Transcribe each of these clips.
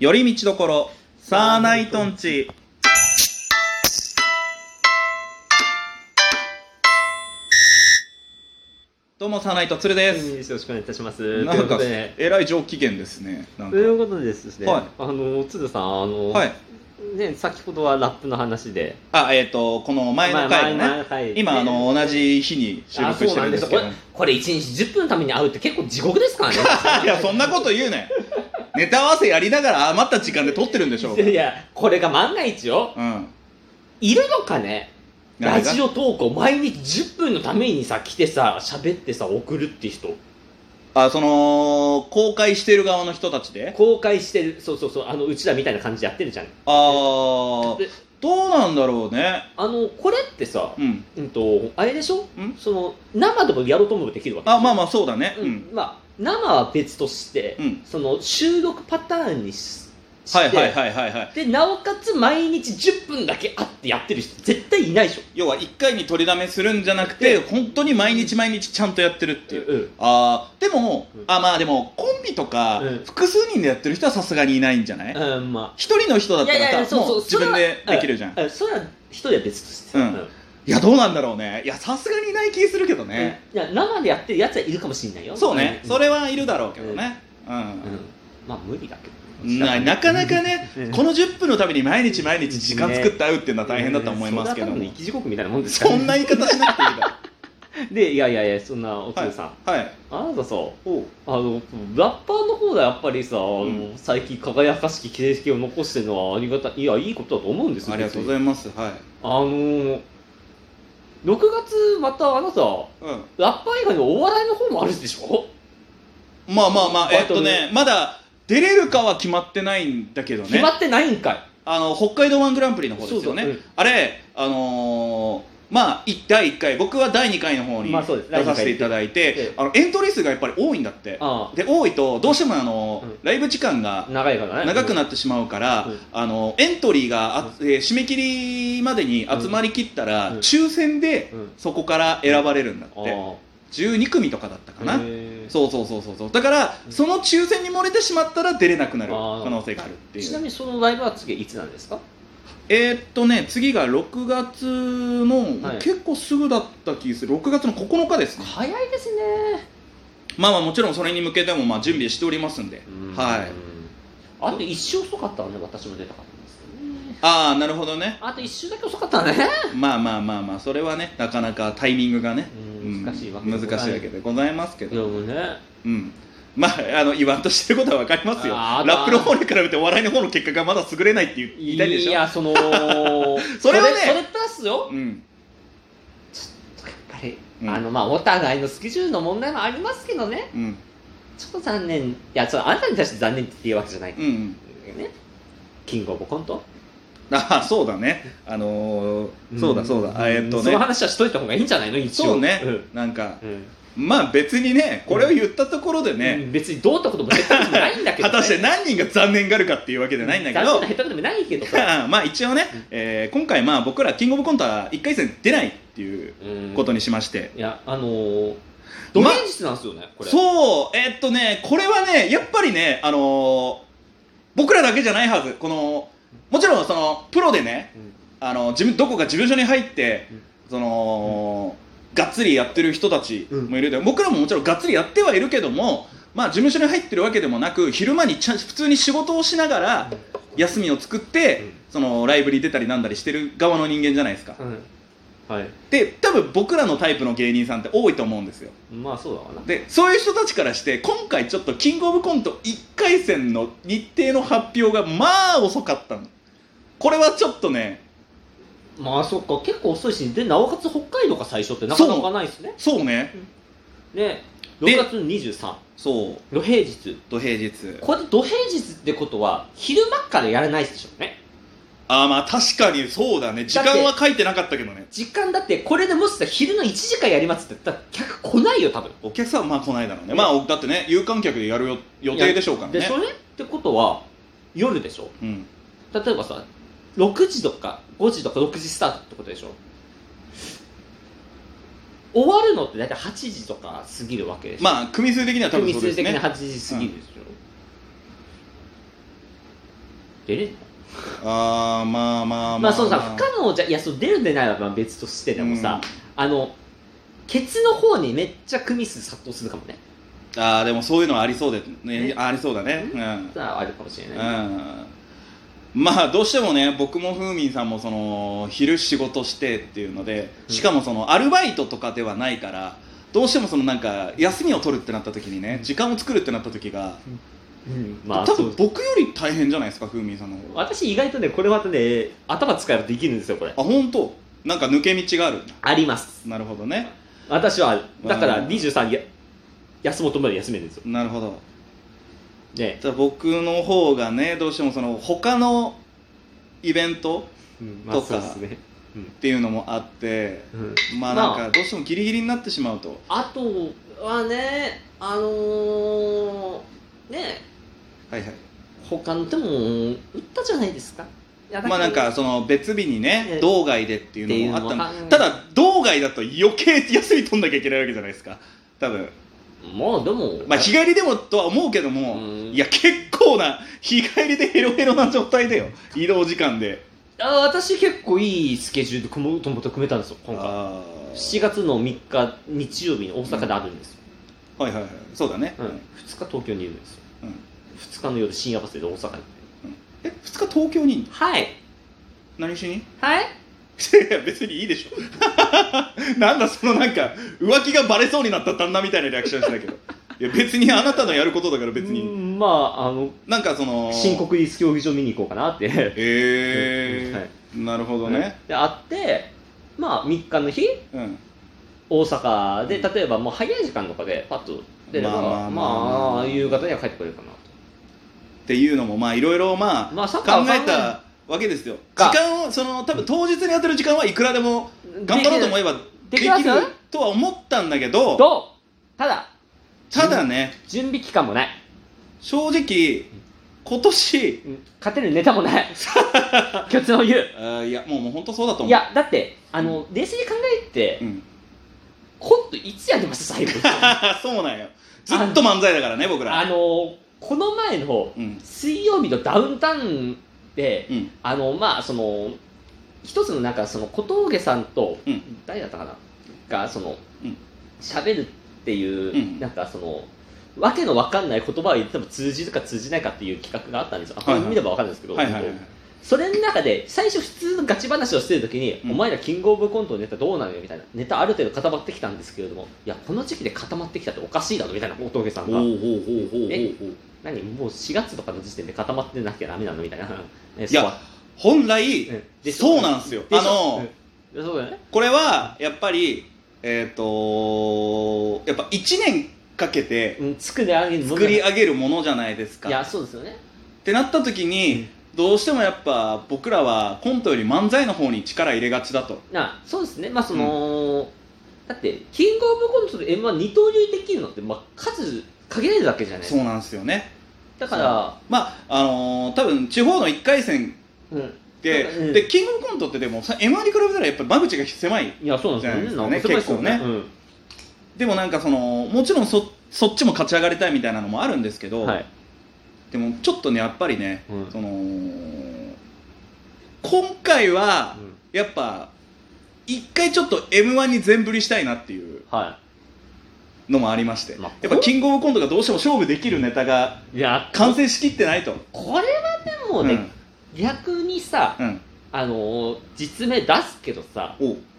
寄り道どころサーナイトンチ。どうもサーナイトツルです。 よろしくお願いいたします。 なんかえらい上機嫌ですね。なんかということでですね、 はい、 つるさんはいね、先ほどはラップの話で、 この前の回のね、今同じ日に収録してるんですけど、 これ1日10分のために会うって結構地獄ですからね。 いやそんなこと言うね。ネタ合わせやりながら余った時間で撮ってるんでしょう。 いやこれが万が一よ、いるのかね、ラジオ投稿毎日10分のためにさ来てさ喋ってさ送るって人。 公開してる側の人たちで公開してる、そううちらみたいな感じでやってるじゃん。 どうなんだろうね。 これってさ、あれでしょ、その生でもやろうと思えばできるわけでしょ。 まあそうだね。 まあ生は別として、その収録パターンにしてでなおかつ毎日10分だけ会ってやってる人絶対いないでしょ。 要は1回に取りだめするんじゃなくて本当に毎日ちゃんとやってるっていう、でも、でもコンビとか、複数人でやってる人はさすがにいないんじゃない？一人の人だったらもう自分でできるじゃん。 それは一人は別として、 いやどうなんだろうね。いやさすがにいない気するけどね。 いや生でやってるやつはいるかもしれないよ。 そうね、それはいるだろうけどね。 まあ無理だけどなかなかね、この10分のために毎日時間作って会うっていうのは大変だと思いますけども、 生き地獄みたいなもんですから、 そんな言い方しなくていいだろ。 でいやそんなおつるさん、あなたさラッパーの方でやっぱりさ、最近輝かしき形跡を残してるのはありがたい、いいことだと思うんですよ。 ありがとうございます。 6月またあなた、ラッパー以外のお笑いの方もあるでしょ。 まだ出れるかは決まってないんだけどね。 決まってないんかい。 北海道1グランプリの方ですよね。あれ第1回、僕は第2回の方に出させていただいて、エントリー数がやっぱり多いんだって。で多いとどうしてもライブ時間が長くなってしまうから、エントリーが締め切りまでに集まりきったら、抽選でそこから選ばれるんだって。12組とかだったかな。そうだからその抽選に漏れてしまったら出れなくなる可能性があるっていう。 ちなみにそのライブは次いつなんですか？ 次が6月の、結構すぐだった気がする。6月の9日ですね。 早いですね。 もちろんそれに向けても準備しておりますんで。 あと1週遅かったらね、私も出たかったんですよね。 なるほどね。 あと1週だけ遅かったね。 まあそれはね、なかなかタイミングがね難しいわけでございますけど。 でもね、 言わんとしてることは分かりますよ。ラップの方に比べてお笑いの方の結果がまだ優れないって言いたいでしょ。 いやそれはね、 それプラスよ、ちょっとやっぱりお互いのスケジュールの問題もありますけどね、ちょっと残念。いやあなたに対して残念って言うわけじゃないね。キングオブコント、 そうだね。そうだ。 その話はしといた方がいいんじゃないの？一応そうね。なんか別にね、これを言ったところでね、 別にどうってことも絶対ないんだけど、 果たして何人が残念がるかっていうわけじゃないんだけど、 残念な下手でもないけどさ一応ね、今回僕らキングオブコントは1回戦出ないっていうことにしまして、 いやド現実なんですよね、これ。 そうこれはねやっぱりね、僕らだけじゃないはず。もちろんそのプロでね、どこか事務所に入ってがっつりやってる人たちもいるで、僕らももちろんがっつりやってはいるけども、事務所に入ってるわけでもなく、昼間に普通に仕事をしながら休みを作って、ライブに出たりなんだりしてる側の人間じゃないですか。で多分僕らのタイプの芸人さんって多いと思うんですよ。 そうだわな。 でそういう人たちからして今回ちょっとキングオブコント1回戦の日程の発表が遅かったの。これはちょっとね、 そっか、結構遅いし、でなおかつ北海道が最初ってなかなかないですね。 そうね。 で6月23、土平日。これで土平日ってことは昼間からやらないでしょうね。 確かにそうだね。時間は書いてなかったけどね。 時間だってこれでもしさ昼の1時間やりますって言ったら客来ないよ多分。 お客さんは来ないだろうね。だってね、有観客でやる予定でしょうからね。 でそれってことは夜でしょ。例えばさ6時とか5時とか6時スタートってことでしょ。終わるのって大体8時とか過ぎるわけでしょ。組数的には多分そうですね。組数的に8時過ぎるでしょ。 出れるの？ まあそうさ、不可能じゃ、いや、そう出る出ないは別としてでもさ、ケツの方にめっちゃ組数殺到するかもね。 でもそういうのはありそうでね、ありそうだね。 あるかもしれない。 まあどうしてもね、僕もふーみんさんもその昼仕事してっていうので、しかもそのアルバイトとかではないから、どうしてもそのなんか休みを取るってなった時にね、時間を作るってなった時が、多分僕より大変じゃないですか、ふーみんさんの方が。 私意外とね、これまたね、頭使えばできるんですよ、これ。 本当？なんか抜け道がある？ あります。 なるほどね。 私はだから23休もうとまで休めるんですよ。 なるほど。 ね、 僕の方がね、どうしてもその他のイベントとかっていうのもあって、まあなんかどうしてもギリギリになってしまうと。 あとはね、 はいはい、 他の手も打ったじゃないですか。 まあなんかその別日にね、道外でっていうのもあったの。ただ道外だと余計休み取んなきゃいけないわけじゃないですか、多分。 まあでも、 日帰りでもとは思うけども、いや結構な日帰りでヘロヘロな状態だよ、移動時間で。 私結構いいスケジュール組もうと思って組めたんですよ、今回。7月の3日日曜日に大阪であるんですよ。 はいはいはい、そうだね。 2日東京にいるんですよ。2日の夜深夜バスで大阪に。 2日東京にいるの？ はい。 何しに？ はい。 いや別にいいでしょ。なんだそのなんか浮気がバレそうになった旦那みたいなリアクションしたけど、いや別にあなたのやることだから別に。 なんかその新国立競技場見に行こうかなって。 なるほどね。 であって、3日の日、大阪で例えばもう早い時間とかでパッと出れば、夕方には帰ってくれるかなと。 っていうのもいろいろ考えたわけですよ。時間をその多分当日に当てる時間はいくらでも頑張ろうと思えばできるとは思ったんだけど、 ただね、準備期間もない。 正直今年勝てるネタもない結論を言う。 いやもう本当そうだと思う。 いやだって冷静に考えて、コントいつやります最後。 そうなんよ、ずっと漫才だからね僕ら。 この前の水曜日のダウンタウンで、その一つのなんかその小峠さんと、誰だったかながその喋るっていう、なんかそのわけのわかんない言葉を言っても通じるか通じないかっていう企画があったんですよ。これ見ればわかるんですけど、それの中で最初普通のガチ話をしてる時に、お前らキングオブコントのネタどうなのよみたいな、ネタある程度固まってきたんですけれども、いやこの時期で固まってきたっておかしいだろみたいな小峠さんが、何もう4月とかの時点で固まってなきゃダメなのみたいな。 いや本来そうなんですよ。 そうだよね。 これはやっぱりやっぱ1年かけて作り上げるものじゃないですか。 いやそうですよね。 ってなった時に、どうしてもやっぱ僕らはコントより漫才の方に力入れがちだと。 そうですね。その、だってキングオブコントと M−1 二刀流できるのって数限られるわけじゃないですか。 そうなんですよね。 だから多分地方の1回戦でキングオブコントってでも M−1 に比べたらやっぱ間口が狭いじゃないですかね、結構ね。でもなんかそのもちろんそっちも勝ち上がりたいみたいなのもあるんですけど、でもちょっとねやっぱりね、その今回はやっぱ一回ちょっと M−1 に全振りしたいなっていうのもありまして、やっぱキングオブコントがどうしても勝負できるネタが完成しきってないと。 これはでもね、逆にさ、実名出すけどさ、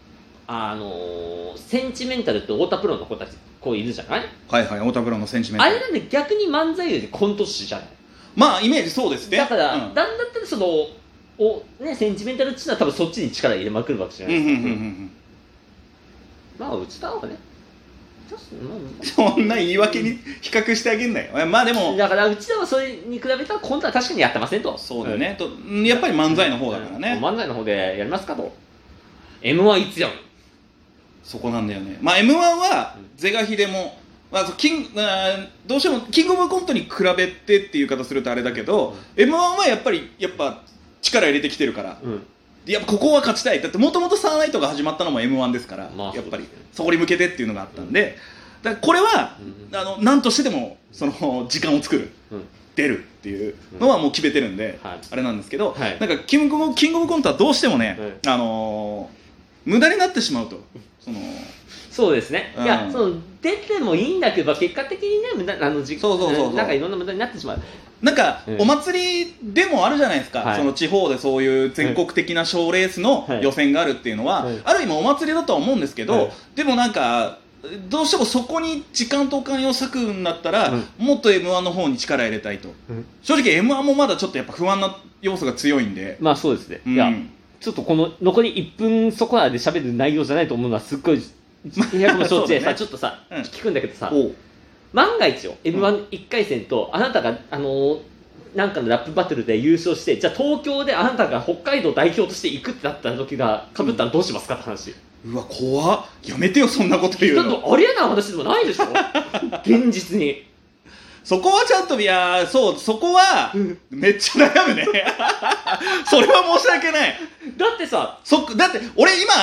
センチメンタルって太田プロの子たちこういるじゃない？ 太田プロのセンチメンタル。 あれなんで逆に漫才よりコント師じゃない？ イメージそうですね。 だから、なんだったらそのセンチメンタルっていうのは多分そっちに力入れまくるわけじゃないですか。内田はね、 そんな言い訳に比較してあげんなよ。でもだから内田はそれに比べたらコントは確かにやってませんと。 そうだよね、やっぱり漫才の方だからね。 漫才の方でやりますかと。 M−1 いつやるの？ そこなんだよね。M−1 は是が非でも、どうしてもキングオブコントに比べてっていう言い方するとあれだけど、M−1 はやっぱ力入れてきてるから、やっぱここは勝ちたい。だってもともとサーナイトが始まったのも M−1 ですから、やっぱりそこに向けてっていうのがあったんで、だからこれは何としてでもその時間を作る、出るっていう、 のはもう決めてるんで、 はい、 あれなんですけど、 はい、 なんかキングオブコントはどうしてもね、無駄になってしまうと。 そうですね、いや出てもいいんだけど結果的にね無駄なんかいろんな無駄になってしまう。 なんか、お祭りでもあるじゃないですか、 はい、 その地方でそういう全国的な賞レースの予選があるっていうのは、ある意味お祭りだとは思うんですけど、でもなんかどうしてもそこに時間とお金を割くんだったら、もっと M1 の方に力入れたいと、正直 M1 もまだちょっとやっぱ不安な要素が強いんで。 まあそうですね、いやちょっとこの残り1分そこらで喋る内容じゃないと思うのはすっごい200も承知でさ、ちょっとさ、聞くんだけどさ、万が一よ M11 回戦とあなたがなんかのラップバトルで優勝して、じゃあ東京であなたが北海道代表として行くってなった時がかぶったらどうしますかって話。 うわ怖っ、やめてよそんなこと言うの。 だってありえない話でもないでしょ現実に。 そこはちゃんと、いやそこはめっちゃ悩むねそれは申し訳ない。 だってさ、 だって俺今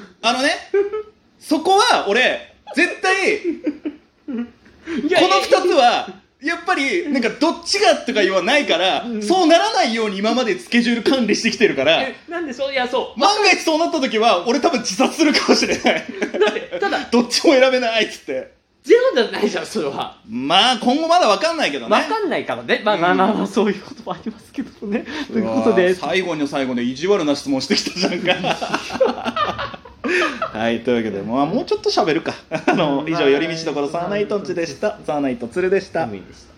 そこは俺絶対この2つはやっぱりなんかどっちがとか言わないから、そうならないように今までスケジュール管理してきてるから。 なんでそう、いやそう万が一そうなった時は俺多分自殺するかもしれない。だってただどっちも選べないっつってゼロじゃないじゃんそれは。 まあ今後まだ分かんないけどね。 分かんないからね。まあそういうこともありますけどね。ということで最後の最後で意地悪な質問してきたじゃんかはい、というわけで、もうちょっと喋るか以上、寄り道どころサーナイトンチでした。サーナイトツルでした。